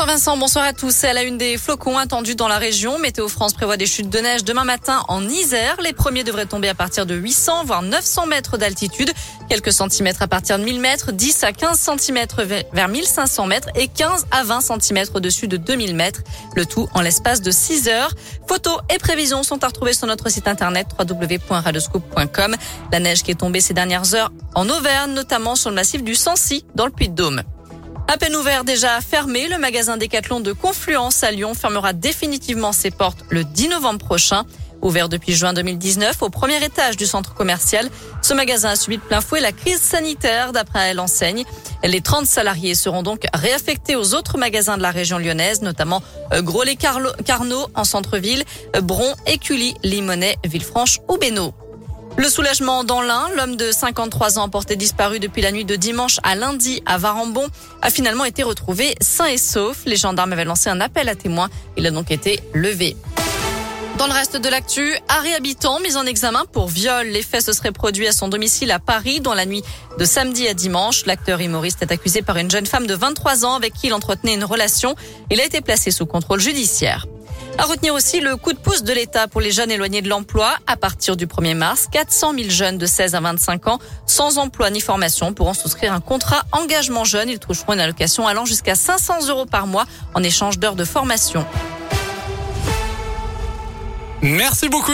Bonsoir Vincent, bonsoir à tous. C'est à la une des flocons attendus dans la région. Météo France prévoit des chutes de neige demain matin en Isère. Les premiers devraient tomber à partir de 800 voire 900 mètres d'altitude. Quelques centimètres à partir de 1000 mètres, 10 à 15 centimètres vers 1500 mètres et 15 à 20 centimètres au-dessus de 2000 mètres. Le tout en l'espace de 6 heures. Photos et prévisions sont à retrouver sur notre site internet www.radioscoop.com. La neige qui est tombée ces dernières heures en Auvergne, notamment sur le massif du Sancy dans le Puy-de-Dôme. À peine ouvert, déjà fermé, le magasin Decathlon de Confluence à Lyon fermera définitivement ses portes le 10 novembre prochain. Ouvert depuis juin 2019 au premier étage du centre commercial, ce magasin a subi de plein fouet la crise sanitaire d'après l'enseigne. Les 30 salariés seront donc réaffectés aux autres magasins de la région lyonnaise, notamment Gros-les-Carnot en centre-ville, Bron, Écully, Limonest, Villefranche ou Bénaud. Le soulagement dans l'Ain, l'homme de 53 ans porté disparu depuis la nuit de dimanche à lundi à Varambon a finalement été retrouvé sain et sauf. Les gendarmes avaient lancé un appel à témoins. Il a donc été levé. Dans le reste de l'actu, Harry Habitant mis en examen pour viol. Les faits se seraient produits à son domicile à Paris dans la nuit de samedi à dimanche. L'acteur humoriste est accusé par une jeune femme de 23 ans avec qui il entretenait une relation. Il a été placé sous contrôle judiciaire. À retenir aussi le coup de pouce de l'État pour les jeunes éloignés de l'emploi. À partir du 1er mars, 400 000 jeunes de 16 à 25 ans sans emploi ni formation pourront souscrire un contrat engagement jeune. Ils toucheront une allocation allant jusqu'à 500 € par mois en échange d'heures de formation. Merci beaucoup.